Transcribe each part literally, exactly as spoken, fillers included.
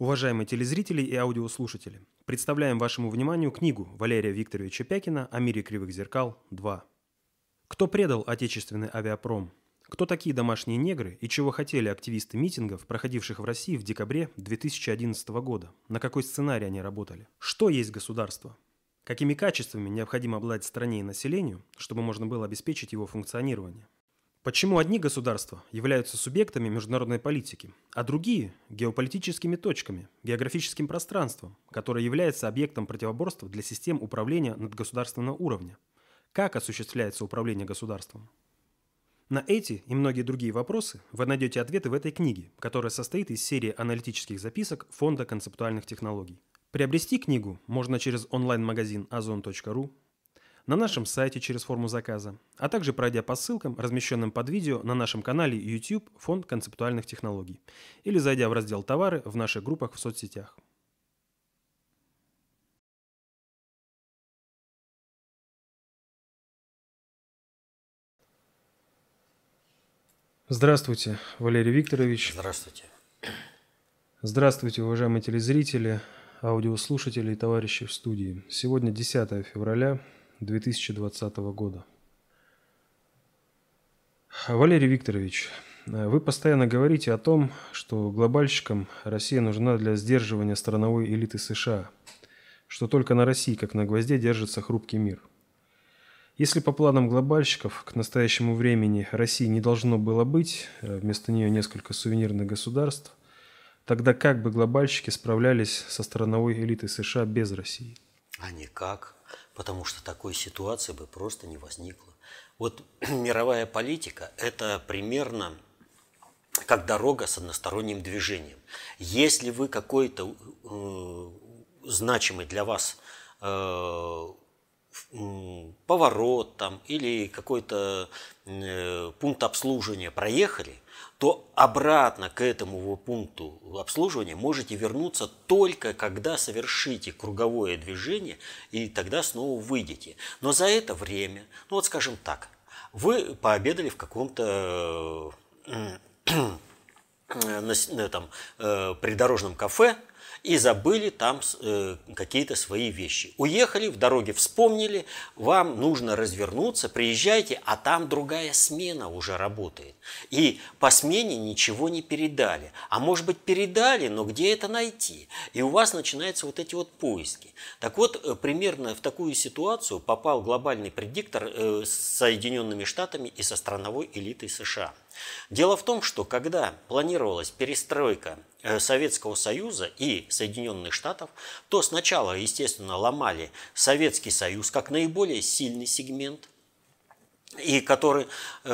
Уважаемые телезрители и аудиослушатели, представляем вашему вниманию книгу Валерия Викторовича Пякина «О мире кривых зеркал. два». Кто предал отечественный авиапром? Кто такие домашние негры и чего хотели активисты митингов, проходивших в России в декабре две тысячи одиннадцатого года? На какой сценарий они работали? Что есть государство? Какими качествами необходимо обладать стране и населению, чтобы можно было обеспечить его функционирование? Почему одни государства являются субъектами международной политики, а другие – геополитическими точками, географическим пространством, которое является объектом противоборства для систем управления надгосударственного уровня? Как осуществляется управление государством? На эти и многие другие вопросы вы найдете ответы в этой книге, которая состоит из серии аналитических записок Фонда концептуальных технологий. Приобрести книгу можно через онлайн-магазин озон точка ру, на нашем сайте через форму заказа, а также пройдя по ссылкам, размещенным под видео на нашем канале YouTube «Фонд концептуальных технологий» или зайдя в раздел «Товары» в наших группах в соцсетях. Здравствуйте, Валерий Викторович. Здравствуйте. Здравствуйте, уважаемые телезрители, аудиослушатели и товарищи в студии. Сегодня десятое февраля две тысячи двадцатого года. Валерий Викторович, вы постоянно говорите о том, что глобальщикам Россия нужна для сдерживания страновой элиты США, что только на России, как на гвозде, держится хрупкий мир. Если по планам глобальщиков к настоящему времени России не должно было быть, вместо нее несколько сувенирных государств, тогда как бы глобальщики справлялись со страновой элитой США без России? А никак, потому что такой ситуации бы просто не возникло. Вот мировая политика – это примерно как дорога с односторонним движением. Если вы какой-то э, значимый для вас э, поворот там, или какой-то э, пункт обслуживания проехали, то обратно к этому пункту обслуживания можете вернуться только когда совершите круговое движение, и тогда снова выйдете. Но за это время, ну вот скажем так, вы пообедали в каком-то э, э, там, э, придорожном кафе, и забыли там э, какие-то свои вещи. Уехали, в дороге вспомнили, вам нужно развернуться, приезжайте, а там другая смена уже работает. И по смене ничего не передали. А может быть передали, но где это найти? И у вас начинаются вот эти вот поиски. Так вот, примерно в такую ситуацию попал глобальный предиктор э, с Соединенными Штатами и со страновой элитой США. Дело в том, что когда планировалась перестройка Советского Союза и Соединенных Штатов, то сначала, естественно, ломали Советский Союз как наиболее сильный сегмент, и который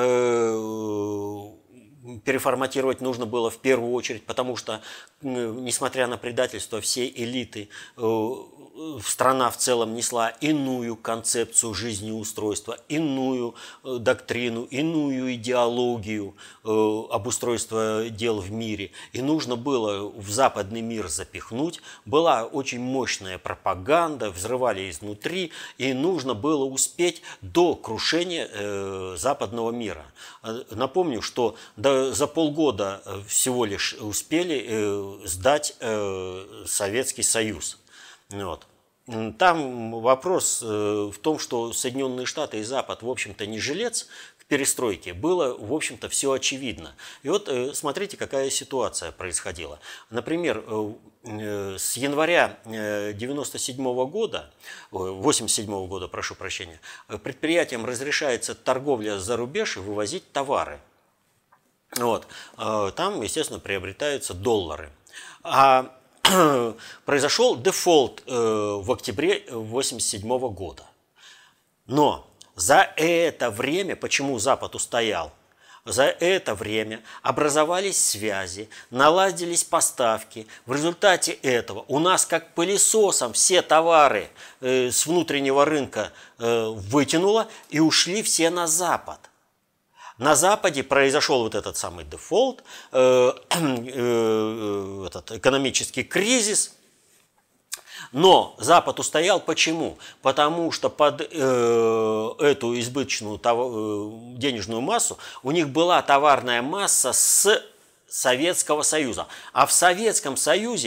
э, переформатировать нужно было в первую очередь, потому что, несмотря на предательство всей элиты, э, страна в целом несла иную концепцию жизнеустройства, иную доктрину, иную идеологию обустройства дел в мире. И нужно было в западный мир запихнуть. Была очень мощная пропаганда, взрывали изнутри, и нужно было успеть до крушения западного мира. Напомню, что за полгода всего лишь успели сдать Советский Союз. Вот. Там вопрос в том, что Соединенные Штаты и Запад, в общем-то, не жилец к перестройке, было, в общем-то, все очевидно. И вот смотрите, какая ситуация происходила. Например, с января девяносто седьмого года, восемьдесят седьмого года, прошу прощения, предприятиям разрешается торговля за рубеж и вывозить товары. Вот. Там, естественно, приобретаются доллары. А произошел дефолт в октябре восемьдесят седьмого года. Но за это время, почему Запад устоял? За это время образовались связи, наладились поставки. В результате этого у нас как пылесосом все товары с внутреннего рынка вытянуло и ушли все на Запад. На Западе произошел вот этот самый дефолт, э, э, этот экономический кризис. Но Запад устоял почему? Потому что под э, эту избыточную тов... денежную массу у них была товарная масса с Советского Союза. А в Советском Союзе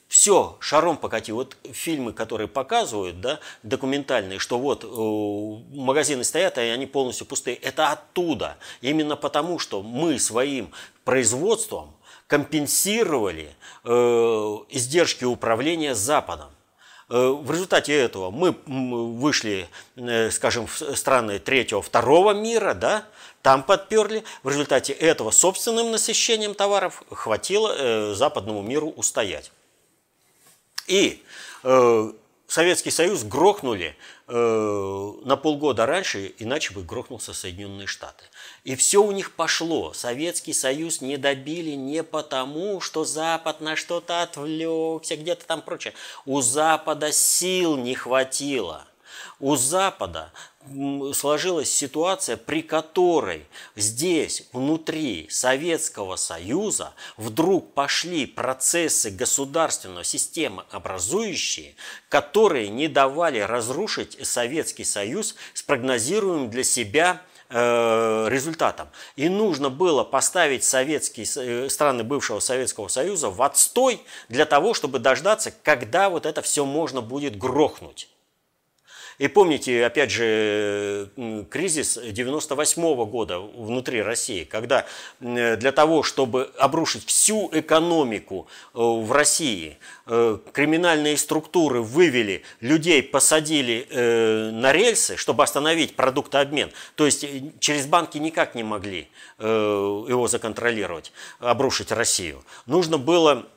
все, шаром покати. Вот фильмы, которые показывают, да, документальные, что вот э, магазины стоят, и они полностью пустые. Это оттуда. Именно потому, что мы своим производством компенсировали э, издержки управления Западом. Э, в результате этого мы вышли, э, скажем, в страны третьего, второго мира, да, там подперли. В результате этого собственным насыщением товаров хватило э, западному миру устоять. И э, Советский Союз грохнули э, на полгода раньше, иначе бы грохнулся Соединенные Штаты. И все у них пошло. Советский Союз не добили не потому, что Запад на что-то отвлекся, где-то там прочее. У Запада сил не хватило. У Запада сложилась ситуация, при которой здесь, внутри Советского Союза, вдруг пошли процессы государственного системы образующие, которые не давали разрушить Советский Союз с прогнозируемым для себя э, результатом. И нужно было поставить советские, страны бывшего Советского Союза в отстой для того, чтобы дождаться, когда вот это все можно будет грохнуть. И помните, опять же, кризис девяносто восьмого года внутри России, когда для того, чтобы обрушить всю экономику в России, криминальные структуры вывели, людей посадили на рельсы, чтобы остановить продуктообмен. То есть через банки никак не могли его законтролировать, обрушить Россию. Нужно было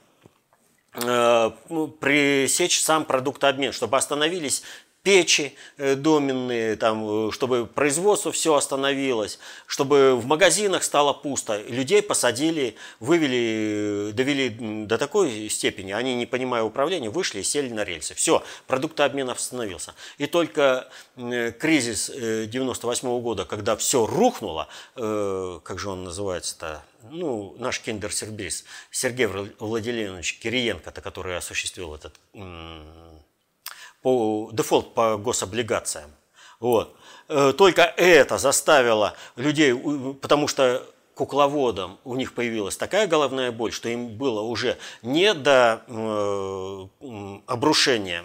пресечь сам продуктообмен, чтобы остановились печи доменные, там, чтобы производство все остановилось, чтобы в магазинах стало пусто. Людей посадили, вывели, довели до такой степени, они, не понимая управления, вышли и сели на рельсы. Все, продуктообмен остановился. И только кризис девяносто восьмого года, когда все рухнуло, как же он называется-то, ну, наш киндер-сюрприз, Сергей Владимирович Кириенко, который осуществил этот по дефолт по гособлигациям. Вот. Только это заставило людей, потому что кукловодам у них появилась такая головная боль, что им было уже не до э, обрушения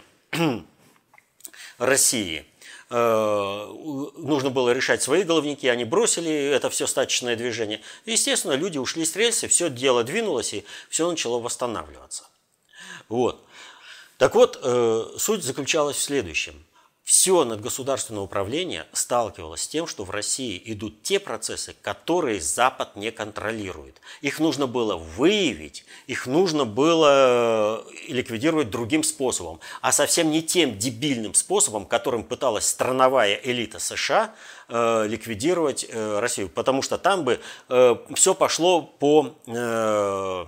России. Э, нужно было решать свои головники, они бросили это все стачечное движение. И, естественно, люди ушли с рельсы, все дело двинулось, и все начало восстанавливаться. Вот. Так вот, э, суть заключалась в следующем. Все надгосударственное управление сталкивалось с тем, что в России идут те процессы, которые Запад не контролирует. Их нужно было выявить, их нужно было ликвидировать другим способом, а совсем не тем дебильным способом, которым пыталась страновая элита США э, ликвидировать э, Россию. Потому что там бы э, все пошло по... Э,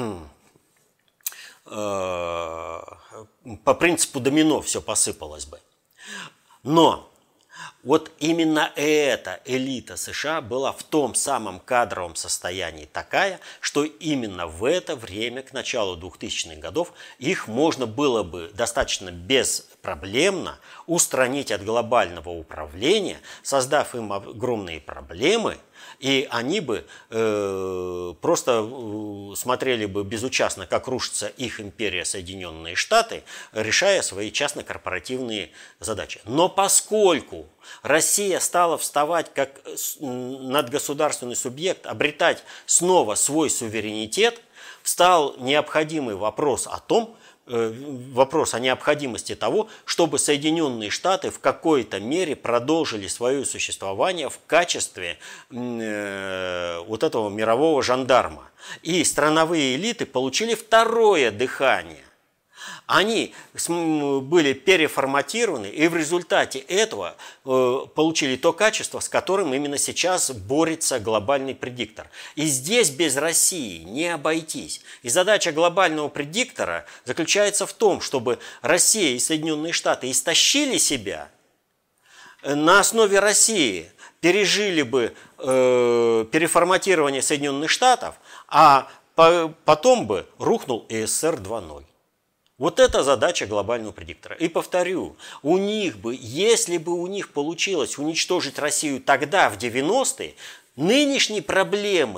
по принципу домино все посыпалось бы. Но вот именно эта элита США была в том самом кадровом состоянии такая, что именно в это время, к началу двухтысячных годов, их можно было бы достаточно беспроблемно устранить от глобального управления, создав им огромные проблемы, и они бы э, просто э, смотрели бы безучастно, как рушится их империя Соединенные Штаты, решая свои частно-корпоративные задачи. Но поскольку Россия стала вставать как надгосударственный субъект, обретать снова свой суверенитет, встал необходимый вопрос о том, вопрос о необходимости того, чтобы Соединенные Штаты в какой-то мере продолжили свое существование в качестве э, вот этого мирового жандарма. И страновые элиты получили второе дыхание. Они были переформатированы и в результате этого получили то качество, с которым именно сейчас борется глобальный предиктор. И здесь без России не обойтись. И задача глобального предиктора заключается в том, чтобы Россия и Соединенные Штаты истощили себя, на основе России пережили бы э, переформатирование Соединенных Штатов, а по, потом бы рухнул СССР два ноль. Вот это задача глобального предиктора. И повторю, у них бы, если бы у них получилось уничтожить Россию тогда, в девяностые, нынешние проблемы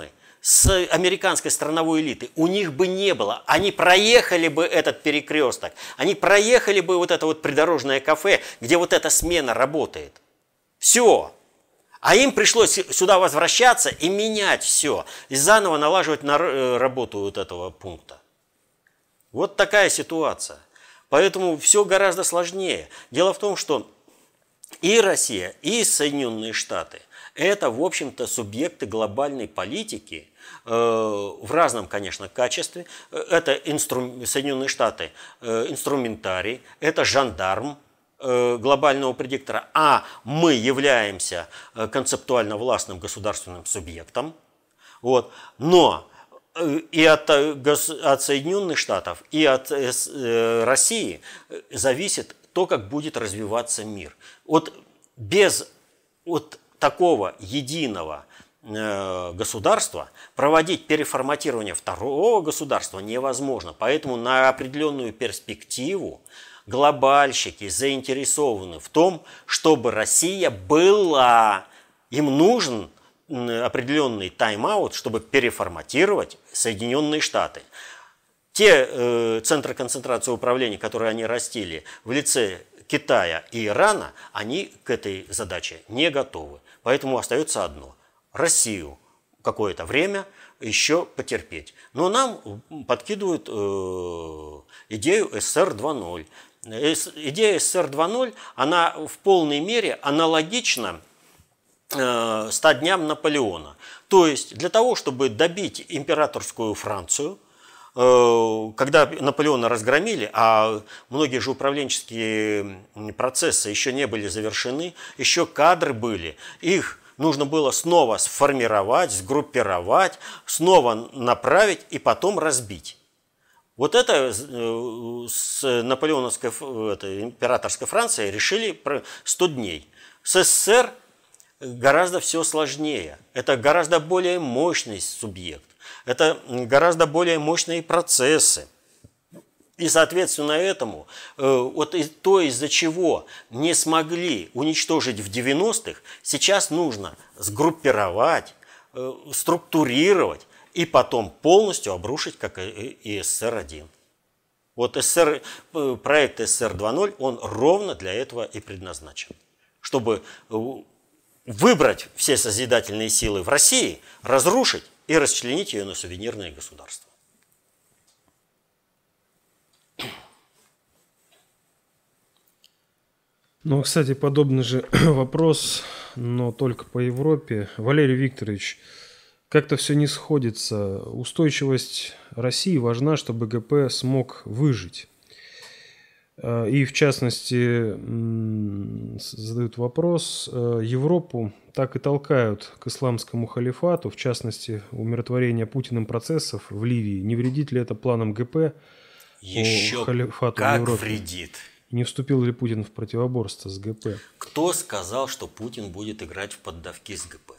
с американской страновой элиты, у них бы не было. Они проехали бы этот перекресток, они проехали бы вот это вот придорожное кафе, где вот эта смена работает. Все. А им пришлось сюда возвращаться и менять все, и заново налаживать работу вот этого пункта. Вот такая ситуация. Поэтому все гораздо сложнее. Дело в том, что и Россия, и Соединенные Штаты – это, в общем-то, субъекты глобальной политики э, в разном, конечно, качестве. Это инстру... Соединенные Штаты э, инструментарий, это жандарм глобального предиктора, а мы являемся концептуально властным государственным субъектом. Вот. Но и от, от Соединенных Штатов, и от России зависит то, как будет развиваться мир. Вот без вот такого единого государства проводить переформатирование второго государства невозможно. Поэтому на определенную перспективу глобальщики заинтересованы в том, чтобы Россия была. Им нужен определенный тайм-аут, чтобы переформатировать Соединенные Штаты. Те э, центры концентрации управления, которые они растили в лице Китая и Ирана, они к этой задаче не готовы. Поэтому остается одно – Россию какое-то время еще потерпеть. Но нам подкидывают э, идею эс эс эр два ноль. Идея эс эс эр два ноль, она в полной мере аналогична э, ста дням Наполеона. То есть для того, чтобы добить императорскую Францию, э, когда Наполеона разгромили, а многие же управленческие процессы еще не были завершены, еще кадры были, их нужно было снова сформировать, сгруппировать, снова направить и потом разбить. Вот это с наполеоновской, это, императорской Францией решили сто дней. С эс эс эр гораздо все сложнее. Это гораздо более мощный субъект. Это гораздо более мощные процессы. И, соответственно, этому, вот то, из-за чего не смогли уничтожить в девяностых, сейчас нужно сгруппировать, структурировать, и потом полностью обрушить, как и эс эс эр один. Вот эс эс эр, проект эс эс эр два ноль, он ровно для этого и предназначен. Чтобы выбрать все созидательные силы в России, разрушить и расчленить ее на сувенирные государства. Ну, кстати, подобный же вопрос, но только по Европе. Валерий Викторович, как-то все не сходится. Устойчивость России важна, чтобы гэ пэ смог выжить. И в частности, задают вопрос, Европу так и толкают к исламскому халифату, в частности, умиротворение Путиным процессов в Ливии. Не вредит ли это планам гэ пэ Еще по халифату как в Европе? Вредит. Не вступил ли Путин в противоборство с гэ пэ? Кто сказал, что Путин будет играть в поддавки с гэ пэ?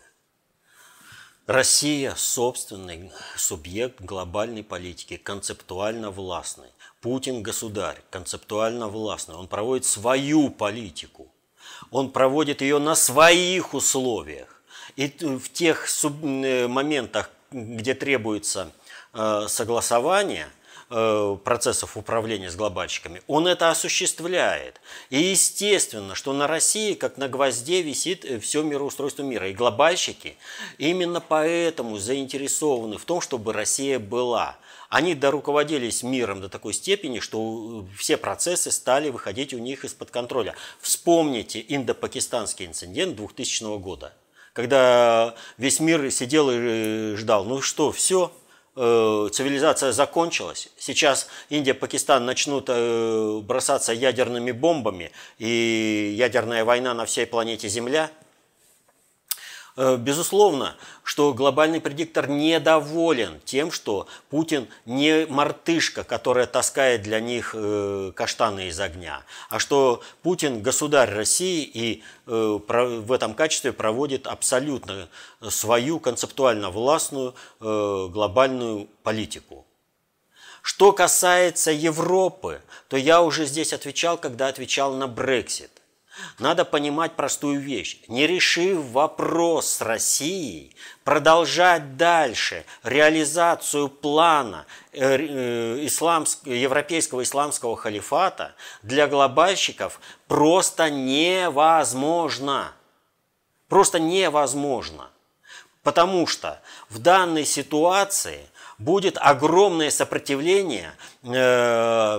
Россия – собственный субъект глобальной политики, концептуально властный. Путин – государь, концептуально властный. Он проводит свою политику. Он проводит ее на своих условиях. И в тех моментах, где требуется согласование процессов управления с глобальщиками, он это осуществляет. И естественно, что на России, как на гвозде, висит все мироустройство мира. И глобальщики именно поэтому заинтересованы в том, чтобы Россия была. Они доруководились миром до такой степени, что все процессы стали выходить у них из-под контроля. Вспомните индо-пакистанский инцидент двухтысячного года, когда весь мир сидел и ждал. Ну что, все? Цивилизация закончилась. Сейчас Индия, Пакистан начнут бросаться ядерными бомбами, и ядерная война на всей планете Земля. Безусловно, что глобальный предиктор недоволен тем, что Путин не мартышка, которая таскает для них каштаны из огня, а что Путин государь России и в этом качестве проводит абсолютно свою концептуально властную глобальную политику. Что касается Европы, то я уже здесь отвечал, когда отвечал на Брексит. Надо понимать простую вещь. Не решив вопрос с Россией, продолжать дальше реализацию плана исламск... европейского исламского халифата для глобальщиков просто невозможно. Просто невозможно. Потому что в данной ситуации будет огромное сопротивление э,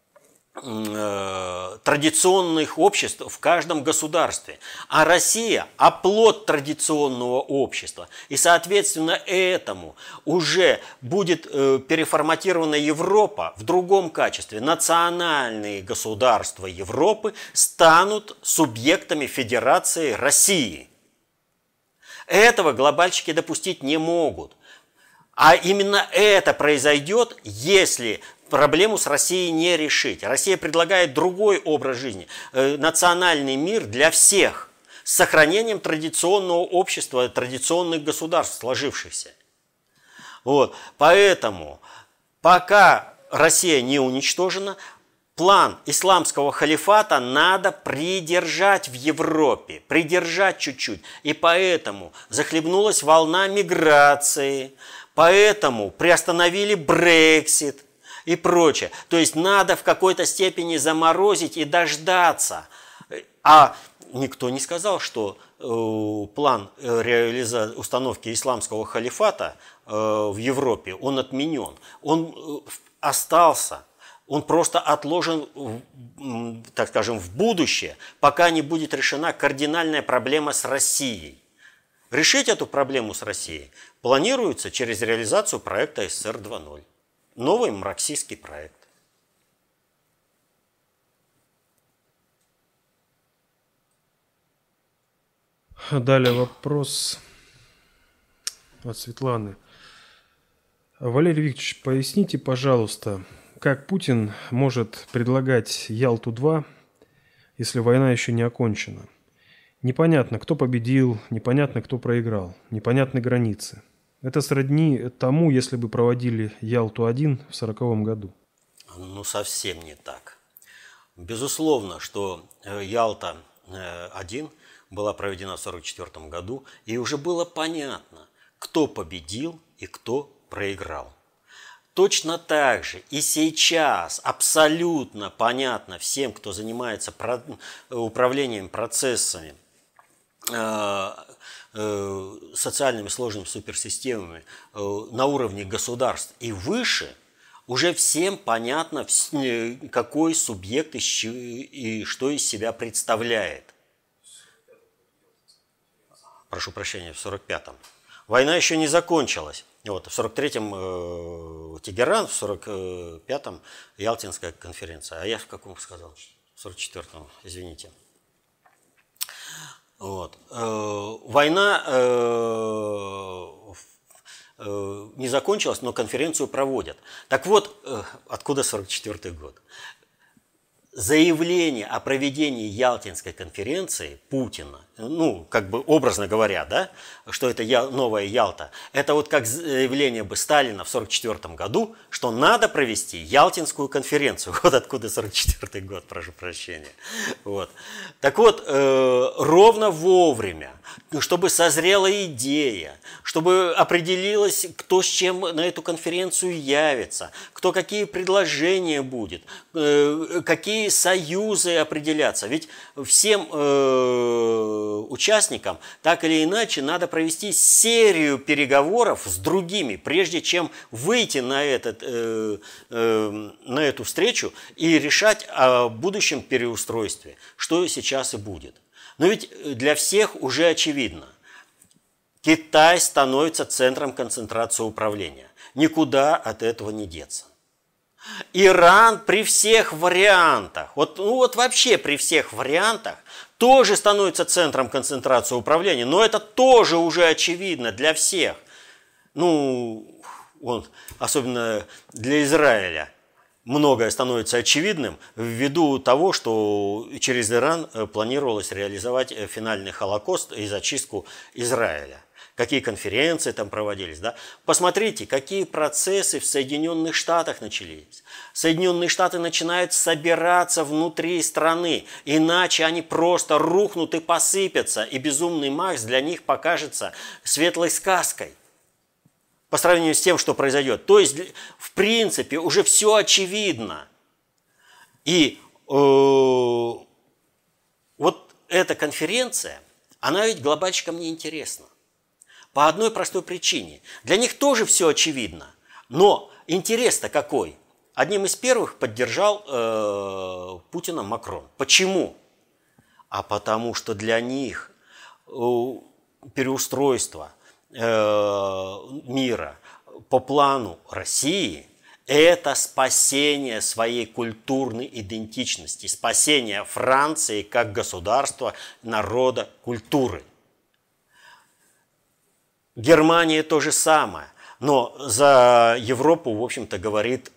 э, традиционных обществ в каждом государстве. А Россия – оплот традиционного общества. И, соответственно, этому уже будет э, переформатирована Европа в другом качестве. Национальные государства Европы станут субъектами Федерации России. Этого глобальщики допустить не могут. А именно это произойдет, если проблему с Россией не решить. Россия предлагает другой образ жизни, национальный мир для всех, с сохранением традиционного общества, традиционных государств сложившихся. Вот. Поэтому, пока Россия не уничтожена, план исламского халифата надо придержать в Европе, придержать чуть-чуть. И поэтому захлебнулась волна миграции, поэтому приостановили Брексит и прочее. То есть надо в какой-то степени заморозить и дождаться. А никто не сказал, что э, план реализации установки исламского халифата э, в Европе, он отменен. Он э, остался. Он просто отложен, так скажем, в будущее, пока не будет решена кардинальная проблема с Россией. Решить эту проблему с Россией планируется через реализацию проекта эс эс эс эр два ноль. Новый марксистский проект. Далее вопрос от Светланы. Валерий Викторович, поясните, пожалуйста, как Путин может предлагать Ялту-два, если война еще не окончена? Непонятно, кто победил, непонятно, кто проиграл, непонятны границы. Это сродни тому, если бы проводили Ялту-один в сороковом году. Ну, совсем не так. Безусловно, что Ялта-один была проведена в сорок четвёртом году, и уже было понятно, кто победил и кто проиграл. Точно так же и сейчас абсолютно понятно всем, кто занимается управлением процессами, социальными сложными суперсистемами на уровне государств и выше, уже всем понятно, какой субъект и что из себя представляет. Прошу прощения, в сорок пятом. Война еще не закончилась. Вот, в сорок третьем э, Тегеран, в сорок пятом Ялтинская конференция. А я в каком сказал? В сорок четвёртом, извините. Вот. Э, война э, э, не закончилась, но конференцию проводят. Так вот, э, откуда сорок четвёртый год? Заявление о проведении Ялтинской конференции Путина, ну, как бы образно говоря, да, что это новая Ялта, это вот как заявление бы Сталина в сорок четвёртом году, что надо провести Ялтинскую конференцию. Вот откуда сорок четвёртый год, прошу прощения. Вот. Так вот, э, ровно вовремя, чтобы созрела идея, чтобы определилось, кто с чем на эту конференцию явится, кто какие предложения будет, э, какие союзы определятся. Ведь всем э, участникам так или иначе надо провести серию переговоров с другими, прежде чем выйти на, этот, э, э, на эту встречу и решать о будущем переустройстве, что сейчас и будет. Но ведь для всех уже очевидно. Китай становится центром концентрации управления. Никуда от этого не деться. Иран при всех вариантах, вот, ну вот вообще при всех вариантах, тоже становится центром концентрации управления, но это тоже уже очевидно для всех. Ну, вот, особенно для Израиля многое становится очевидным ввиду того, что через Иран планировалось реализовать финальный Холокост и зачистку Израиля. какие конференции там проводились. Да? Посмотрите, какие процессы в Соединенных Штатах начались. Соединенные Штаты начинают собираться внутри страны, иначе они просто рухнут и посыпятся, и безумный Макс для них покажется светлой сказкой по сравнению с тем, что произойдет. То есть, в принципе, уже все очевидно. И э, вот эта конференция, она ведь глобальщикам не интересна. По одной простой причине. Для них тоже все очевидно. Но интерес-то какой? Одним из первых поддержал э, Путина Макрон. Почему? А потому что для них э, переустройство э, мира по плану России – это спасение своей культурной идентичности, спасение Франции как государства, народа, культуры. Германия то же самое, но за Европу, в общем-то, говорит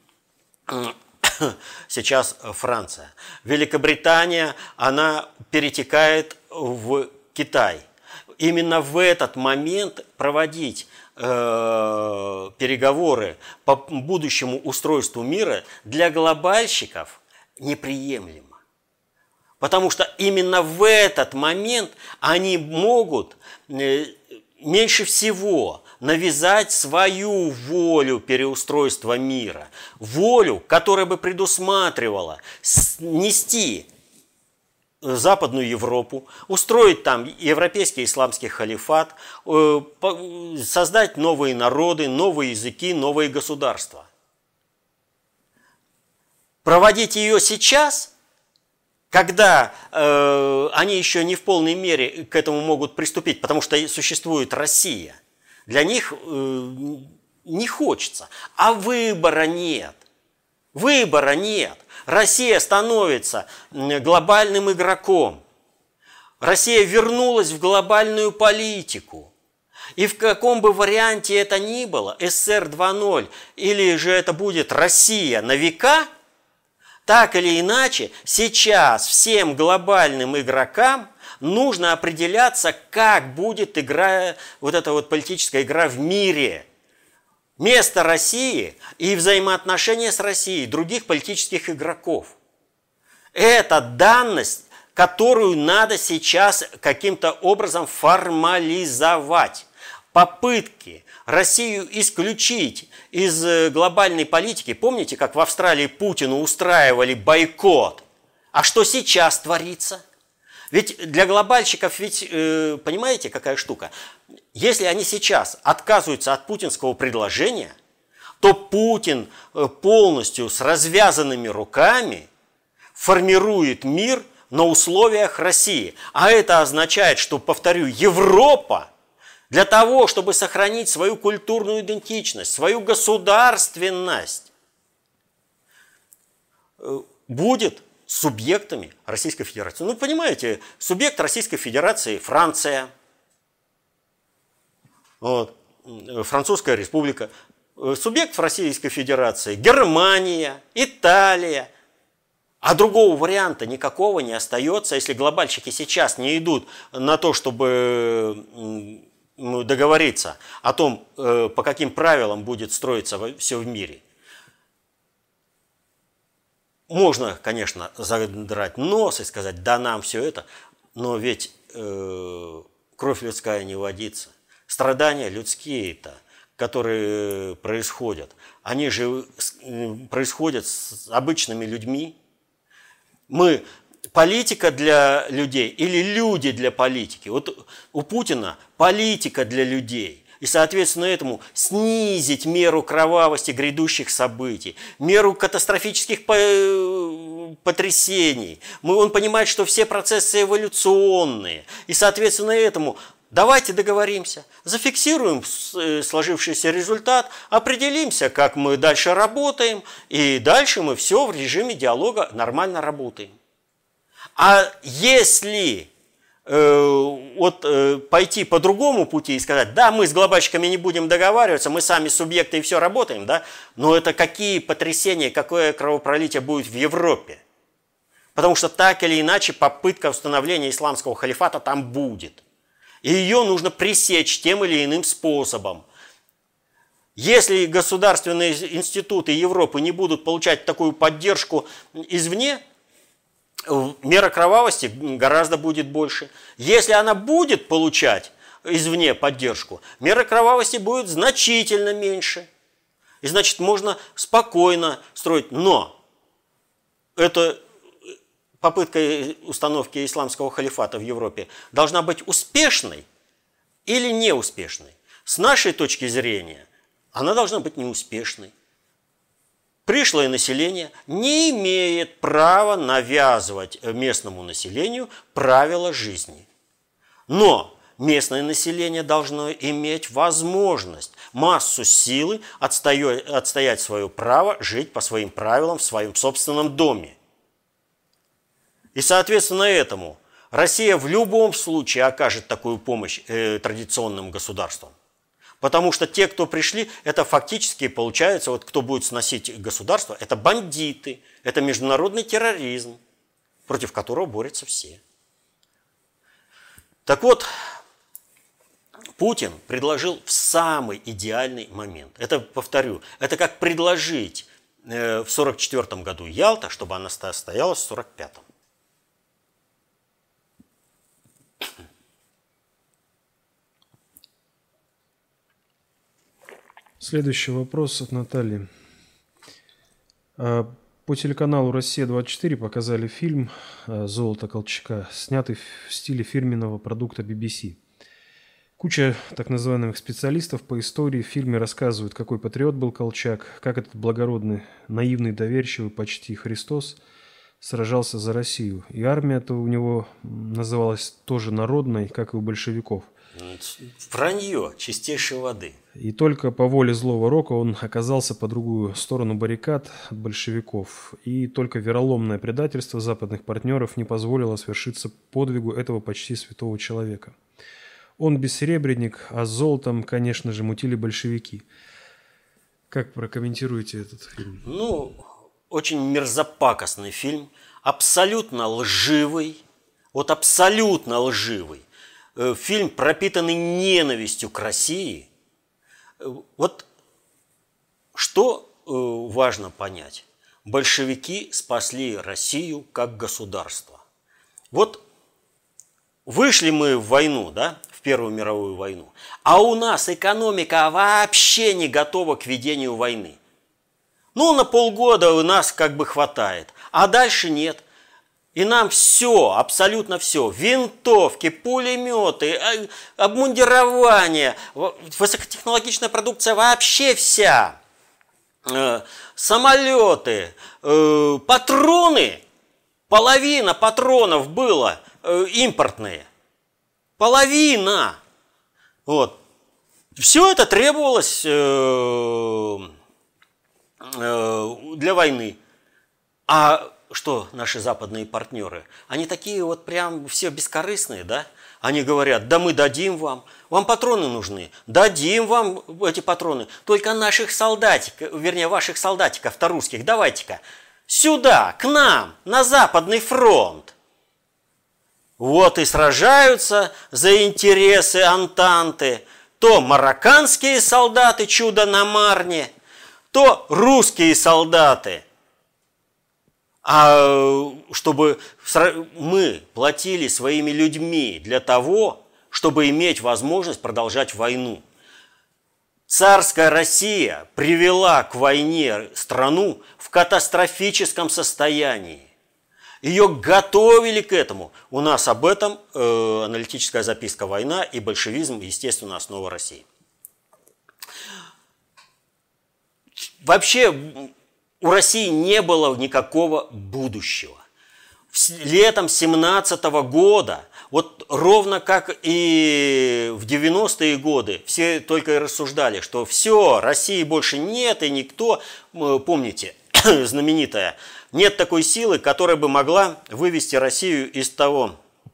сейчас Франция. Великобритания, она перетекает в Китай. Именно в этот момент проводить э, переговоры по будущему устройству мира для глобальщиков неприемлемо. Потому что именно в этот момент они могут э, меньше всего навязать свою волю переустройства мира. Волю, которая бы предусматривала снести Западную Европу, устроить там европейский исламский халифат, создать новые народы, новые языки, новые государства. Проводить ее сейчас, когда э, они еще не в полной мере к этому могут приступить, потому что существует Россия, для них э, не хочется. А выбора нет. Выбора нет. Россия становится глобальным игроком. Россия вернулась в глобальную политику. И в каком бы варианте это ни было, СССР два ноль, или же это будет Россия на века, так или иначе, сейчас всем глобальным игрокам нужно определяться, как будет игра, вот эта вот политическая игра в мире. Место России и взаимоотношения с Россией, других политических игроков. Это данность, которую надо сейчас каким-то образом формализовать. Попытки Россию исключить из глобальной политики. Помните, как в Австралии Путину устраивали бойкот? А что сейчас творится? Ведь для глобальщиков, ведь, э, понимаете, какая штука? Если они сейчас отказываются от путинского предложения, то Путин полностью с развязанными руками формирует мир на условиях России. А это означает, что, повторю, Европа для того, чтобы сохранить свою культурную идентичность, свою государственность, будет субъектами Российской Федерации. Ну, понимаете, субъект Российской Федерации – Франция, вот, Французская Республика, субъект Российской Федерации – Германия, Италия. А другого варианта никакого не остается, если глобальщики сейчас не идут на то, чтобы договориться о том, по каким правилам будет строиться все в мире. Можно, конечно, задрать нос и сказать, да нам все это, но ведь э, кровь людская не водится. Страдания людские-то, которые происходят, они же происходят с обычными людьми. Мы политика для людей или люди для политики? Вот у Путина политика для людей. И, соответственно, этому снизить меру кровавости грядущих событий, меру катастрофических потрясений. Он понимает, что все процессы эволюционные. И, соответственно, этому давайте договоримся, зафиксируем сложившийся результат, определимся, как мы дальше работаем, и дальше мы все в режиме диалога нормально работаем. А если вот пойти по другому пути и сказать, да, мы с глобальщиками не будем договариваться, мы сами субъекты и все работаем, да, но это какие потрясения, какое кровопролитие будет в Европе? Потому что так или иначе попытка установления исламского халифата там будет. И ее нужно пресечь тем или иным способом. Если государственные институты Европы не будут получать такую поддержку извне, мера кровавости гораздо будет больше. Если она будет получать извне поддержку, мера кровавости будет значительно меньше. И значит, можно спокойно строить. Но эта попытка установки исламского халифата в Европе должна быть успешной или неуспешной. С нашей точки зрения, она должна быть неуспешной. Пришлое население не имеет права навязывать местному населению правила жизни. Но местное население должно иметь возможность, массу силы отстоять свое право жить по своим правилам в своем собственном доме. И соответственно этому Россия в любом случае окажет такую помощь э, традиционным государствам. Потому что те, кто пришли, это фактически получается, вот кто будет сносить государство, это бандиты, это международный терроризм, против которого борются все. Так вот, Путин предложил в самый идеальный момент. Это, повторю, это как предложить в сорок четвёртом году Ялта, чтобы она состоялась в сорок пятом. Следующий вопрос от Натальи. По телеканалу «Россия-двадцать четыре» показали фильм «Золото Колчака», снятый в стиле фирменного продукта би би си. Куча так называемых специалистов по истории в фильме рассказывают, какой патриот был Колчак, как этот благородный, наивный, доверчивый, почти Христос сражался за Россию. И армия-то у него называлась тоже народной, как и у большевиков. Вранье чистейшей воды. И только по воле злого рока он оказался по другую сторону баррикад от большевиков. И только вероломное предательство западных партнеров не позволило свершиться подвигу этого почти святого человека. Он бессеребренник, а с золотом, конечно же, мутили большевики. Как прокомментируете этот фильм? Ну, очень мерзопакостный фильм, абсолютно лживый, вот абсолютно лживый. Фильм, пропитанный ненавистью к России. Вот что важно понять. Большевики спасли Россию как государство. Вот вышли мы в войну, да, в Первую мировую войну, а у нас экономика вообще не готова к ведению войны. Ну, на полгода у нас как бы хватает, а дальше нет. И нам все, абсолютно все, винтовки, пулеметы, обмундирование, высокотехнологичная продукция вообще вся, самолеты, патроны, половина патронов было импортные, половина. Вот. Все это требовалось для войны. А что наши западные партнеры? Они такие вот прям все бескорыстные, да? Они говорят, да мы дадим вам, вам патроны нужны, дадим вам эти патроны, только наших солдатиков, вернее ваших солдатиков-то русских, давайте-ка сюда, к нам, на Западный фронт. Вот и сражаются за интересы Антанты то марокканские солдаты, чудо на Марне, то русские солдаты. А чтобы мы платили своими людьми для того, чтобы иметь возможность продолжать войну. Царская Россия привела к войне страну в катастрофическом состоянии. Ее готовили к этому. У нас об этом э, аналитическая записка «Война и большевизм. Естественно, основа России». Вообще у России не было никакого будущего. Летом семнадцатого года, вот ровно как и в девяностые годы, все только и рассуждали, что все, России больше нет, и никто, помните, знаменитая, нет такой силы, которая бы могла вывести Россию из того,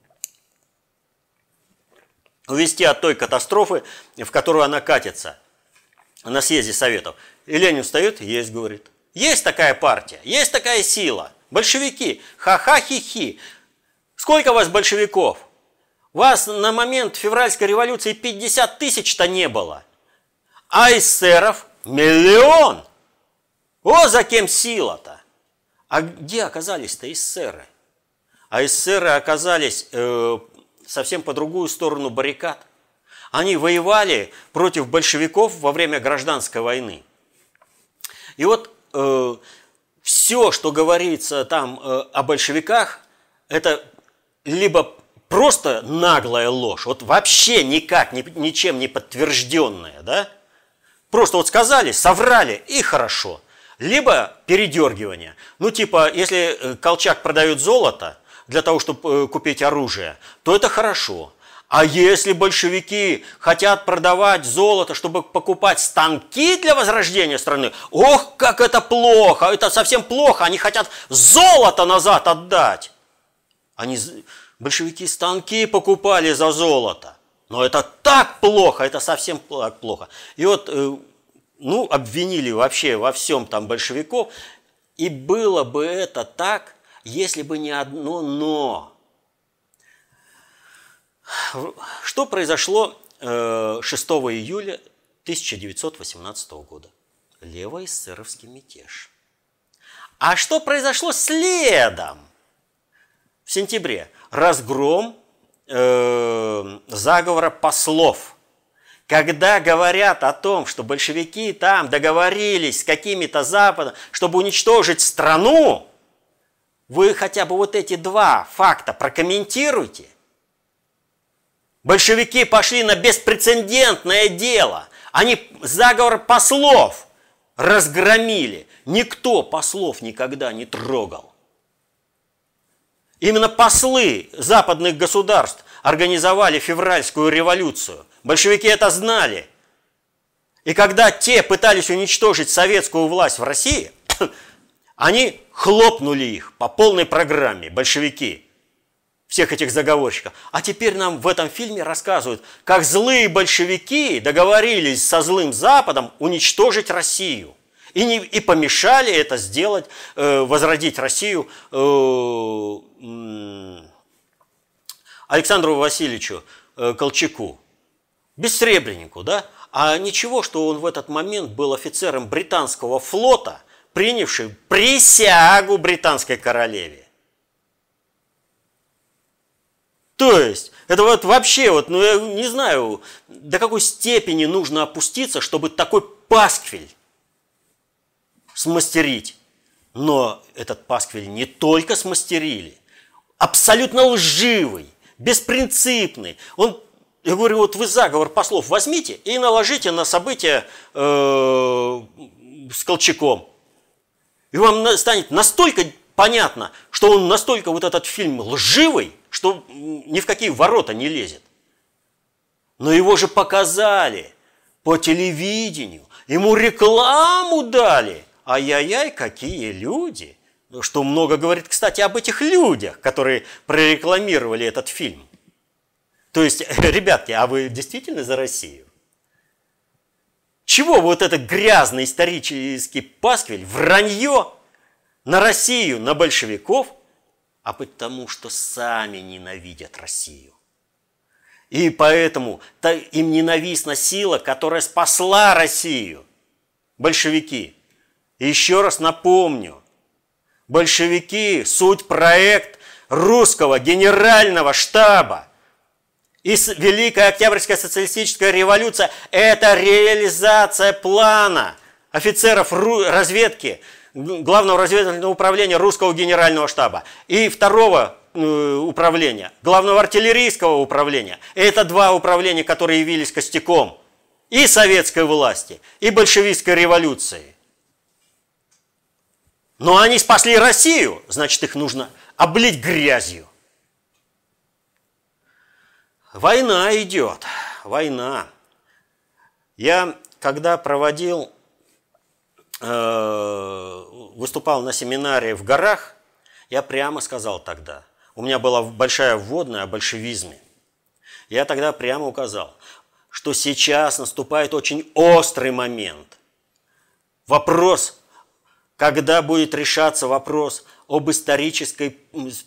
увести от той катастрофы, в которую она катится на съезде Советов. И Ленин встает, есть, говорит. Есть такая партия, есть такая сила. Большевики, ха-ха-хи-хи. Сколько у вас большевиков? Вас на момент февральской революции пятьдесят тысяч-то не было, а эсеров миллион. О, за кем сила-то! А где оказались-то эсеры? А эсеры оказались э, совсем по другую сторону баррикад. Они воевали против большевиков во время гражданской войны. И вот э, все, что говорится там э, о большевиках, это либо просто наглая ложь, вот вообще никак, ни, ничем не подтвержденная, да? Просто вот сказали, соврали, и хорошо. Либо передергивание. Ну, типа, если Колчак продает золото для того, чтобы купить оружие, то это хорошо. А если большевики хотят продавать золото, чтобы покупать станки для возрождения страны, ох, как это плохо, это совсем плохо, они хотят золото назад отдать. Они, большевики, станки покупали за золото. Но это так плохо, это совсем плохо. И вот, ну, обвинили вообще во всем там большевиков. И было бы это так, если бы не одно «но». Что произошло шестого июля тысяча девятьсот восемнадцатого года? Левоэсеровский мятеж. А что произошло следом? В сентябре разгром э, заговора послов. Когда говорят о том, что большевики там договорились с какими-то Западом, чтобы уничтожить страну, вы хотя бы вот эти два факта прокомментируйте. Большевики пошли на беспрецедентное дело. Они заговор послов разгромили. Никто послов никогда не трогал. Именно послы западных государств организовали февральскую революцию. Большевики это знали. И когда те пытались уничтожить советскую власть в России, они хлопнули их по полной программе, большевики, всех этих заговорщиков. А теперь нам в этом фильме рассказывают, как злые большевики договорились со злым Западом уничтожить Россию. И, не, и помешали это сделать, э, возродить Россию э, э, Александру Васильевичу э, Колчаку, бессребренику, да? А ничего, что он в этот момент был офицером британского флота, принявшим присягу британской королеве. То есть, это вот вообще, вот, ну я не знаю, до какой степени нужно опуститься, чтобы такой пасквиль смастерить. Но этот пасквиль не только смастерили, абсолютно лживый, беспринципный. Он, я говорю, вот вы заговор послов возьмите и наложите на события э, с Колчаком. И вам станет настолько понятно, что он настолько вот этот фильм лживый, что ни в какие ворота не лезет. Но его же показали по телевидению, ему рекламу дали. Ай-яй-яй, какие люди. Что много говорит, кстати, об этих людях, которые прорекламировали этот фильм. То есть, ребятки, а вы действительно за Россию? Чего вот этот грязный исторический пасквиль, вранье на Россию, на большевиков? А потому что сами ненавидят Россию. И поэтому им ненавистна сила, которая спасла Россию. Большевики. И еще раз напомню. Большевики – суть проект русского генерального штаба. И Великая Октябрьская социалистическая революция – это реализация плана офицеров разведки, Главного разведывательного управления русского генерального штаба и второго э, управления, Главного артиллерийского управления. Это два управления, которые явились костяком и советской власти, и большевистской революции. Но они спасли Россию, значит, их нужно облить грязью. Война идет, война. Я, когда проводил... выступал на семинаре в горах, я прямо сказал тогда, у меня была большая вводная о большевизме, я тогда прямо указал, что сейчас наступает очень острый момент. Вопрос когда будет решаться вопрос об исторической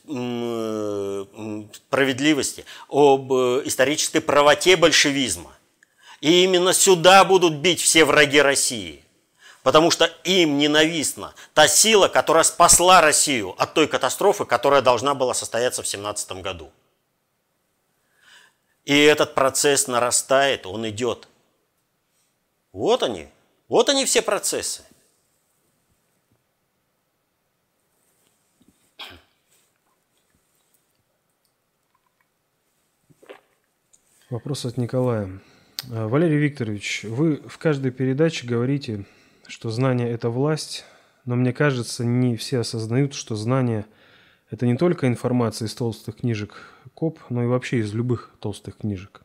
справедливости, об исторической правоте большевизма. И именно сюда будут бить все враги России. Потому что им ненавистна та сила, которая спасла Россию от той катастрофы, которая должна была состояться в семнадцатом году. И этот процесс нарастает, он идет. Вот они, вот они все процессы. Вопрос от Николая. Валерий Викторович, вы в каждой передаче говорите, что знание – это власть, но мне кажется, не все осознают, что знание – это не только информация из толстых книжек КОП, но и вообще из любых толстых книжек.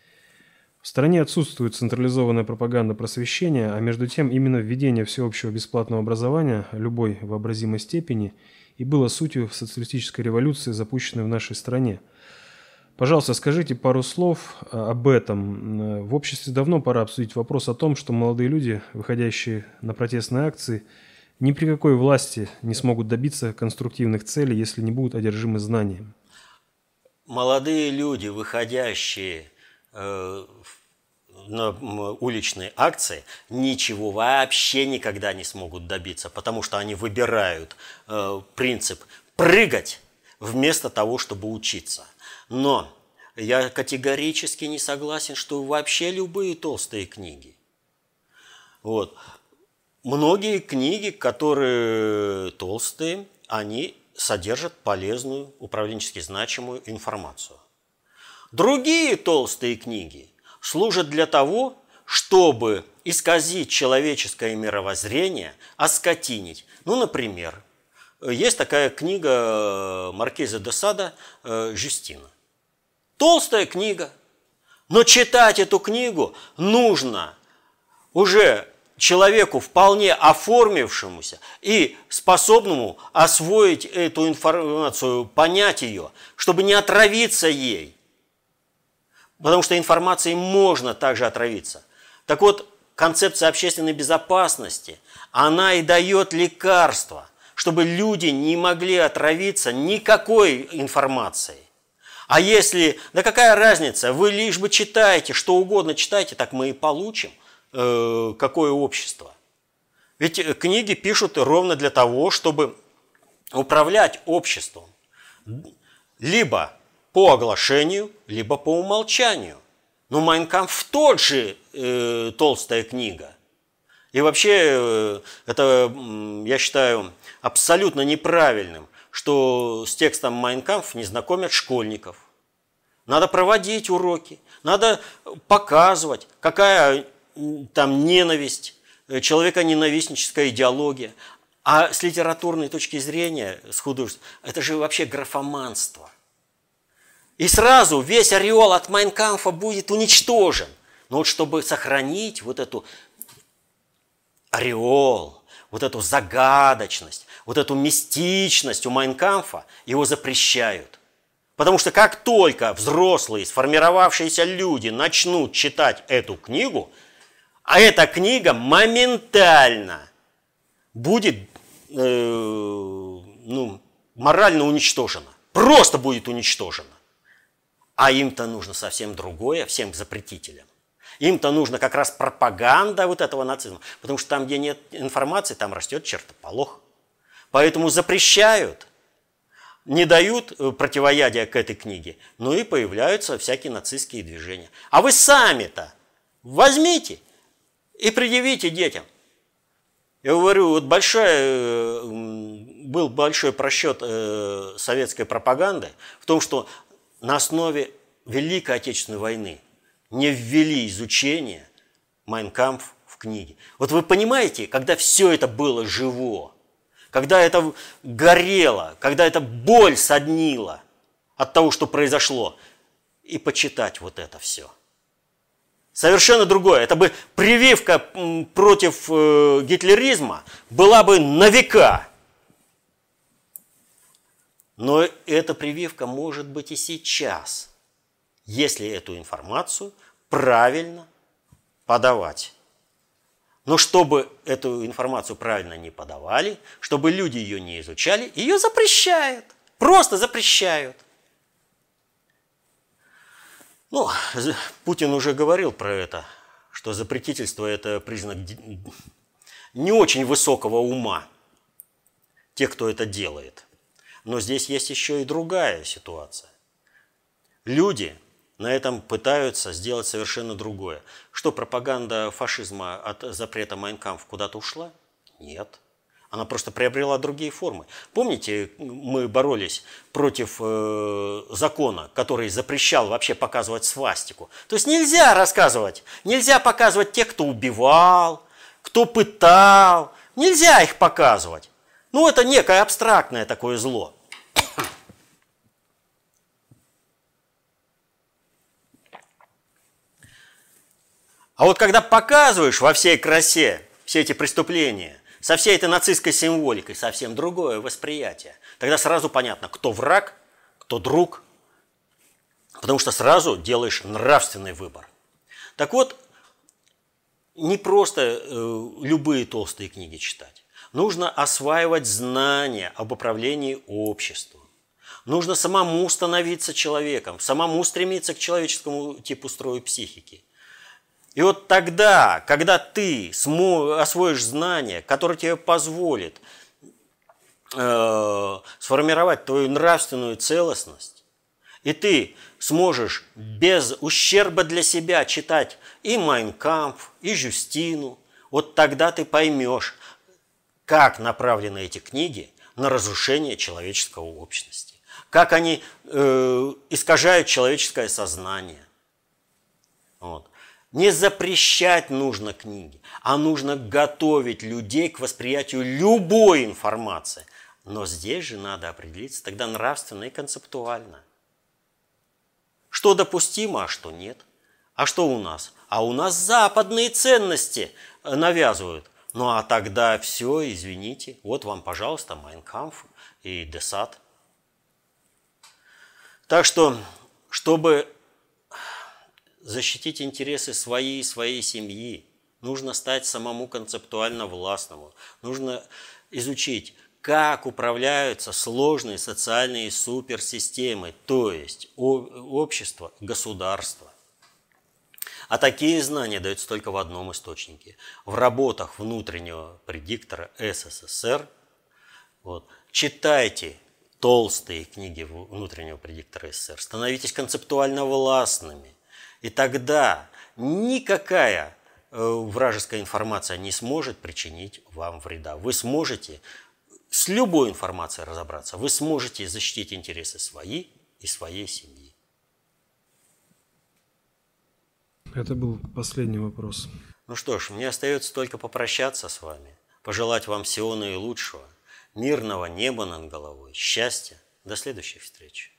В стране отсутствует централизованная пропаганда просвещения, а между тем именно введение всеобщего бесплатного образования любой вообразимой степени и было сутью социалистической революции, запущенной в нашей стране. Пожалуйста, скажите пару слов об этом. В обществе давно пора обсудить вопрос о том, что молодые люди, выходящие на протестные акции, ни при какой власти не смогут добиться конструктивных целей, если не будут одержимы знанием. Молодые люди, выходящие э, на уличные акции, ничего вообще никогда не смогут добиться, потому что они выбирают э, принцип прыгать вместо того, чтобы учиться. Но я категорически не согласен, что вообще любые толстые книги. Вот. Многие книги, которые толстые, они содержат полезную, управленчески значимую информацию. Другие толстые книги служат для того, чтобы исказить человеческое мировоззрение, оскотинить. Ну, например, есть такая книга Маркиза де Сада «Жюстина». Толстая книга, но читать эту книгу нужно уже человеку, вполне оформившемуся и способному освоить эту информацию, понять ее, чтобы не отравиться ей. Потому что информацией можно также отравиться. Так вот, концепция общественной безопасности, она и дает лекарства, чтобы люди не могли отравиться никакой информацией. А если, да какая разница, вы лишь бы читаете, что угодно читайте, так мы и получим, э, какое общество. Ведь книги пишут ровно для того, чтобы управлять обществом. Либо по оглашению, либо по умолчанию. Но «Майн кампф» тот же э, толстая книга. И вообще, э, это, я считаю, абсолютно неправильным, что с текстом «Майн кампф» не знакомят школьников. Надо проводить уроки, надо показывать, какая там ненависть, человеконенавистническая идеология. А с литературной точки зрения, с художественной, это же вообще графоманство. И сразу весь ореол от «Майн кампфа» будет уничтожен. Но вот чтобы сохранить вот эту ореол, вот эту загадочность, вот эту мистичность у «Майн кампфа», его запрещают. Потому что как только взрослые, сформировавшиеся люди начнут читать эту книгу, а эта книга моментально будет э, ну, морально уничтожена. Просто будет уничтожена. А им-то нужно совсем другое, всем запретителям. Им-то нужно как раз пропаганда вот этого нацизма. Потому что там, где нет информации, там растет чертополох. Поэтому запрещают, не дают противоядия к этой книге. Ну и появляются всякие нацистские движения. А вы сами-то возьмите и предъявите детям. Я говорю, вот большой, был большой просчет советской пропаганды в том, что на основе Великой Отечественной войны не ввели изучение «Майн кампф» в книге. Вот вы понимаете, когда все это было живо, когда это горело, когда эта боль соднила от того, что произошло, и почитать вот это все. Совершенно другое. Это бы прививка против гитлеризма была бы на века. Но эта прививка может быть и сейчас, если эту информацию правильно подавать. Но чтобы эту информацию правильно не подавали, чтобы люди ее не изучали, ее запрещают. Просто запрещают. Ну, Путин уже говорил про это, что запретительство – это признак не очень высокого ума тех, кто это делает. Но здесь есть еще и другая ситуация. Люди на этом пытаются сделать совершенно другое. Что, пропаганда фашизма от запрета Майн Кампф куда-то ушла? Нет. Она просто приобрела другие формы. Помните, мы боролись против э, закона, который запрещал вообще показывать свастику. То есть нельзя рассказывать, нельзя показывать тех, кто убивал, кто пытал. Нельзя их показывать. Ну, это некое абстрактное такое зло. А вот когда показываешь во всей красе все эти преступления, со всей этой нацистской символикой, совсем другое восприятие, тогда сразу понятно, кто враг, кто друг, потому что сразу делаешь нравственный выбор. Так вот, не просто э, любые толстые книги читать. Нужно осваивать знания об управлении обществом. Нужно самому становиться человеком, самому стремиться к человеческому типу строя психики. И вот тогда, когда ты освоишь знания, которые тебе позволят э, сформировать твою нравственную целостность, и ты сможешь без ущерба для себя читать и Майн Кампф, и Жюстину, вот тогда ты поймешь, как направлены эти книги на разрушение человеческого общности, как они э, искажают человеческое сознание. Вот. Не запрещать нужно книги, а нужно готовить людей к восприятию любой информации. Но здесь же надо определиться тогда нравственно и концептуально. Что допустимо, а что нет. А что у нас? А у нас западные ценности навязывают. Ну а тогда все, извините, вот вам, пожалуйста, Майн Кампф и Десад. Так что, чтобы защитить интересы своей и своей семьи, нужно стать самому концептуально властному. Нужно изучить, как управляются сложные социальные суперсистемы, то есть общество, государство. А такие знания даются только в одном источнике. В работах внутреннего предиктора СССР. Вот. Читайте толстые книги внутреннего предиктора СССР, становитесь концептуально властными. И тогда никакая вражеская информация не сможет причинить вам вреда. Вы сможете с любой информацией разобраться. Вы сможете защитить интересы свои и своей семьи. Это был последний вопрос. Ну что ж, мне остается только попрощаться с вами, пожелать вам всего наилучшего, мирного неба над головой, счастья. До следующей встречи.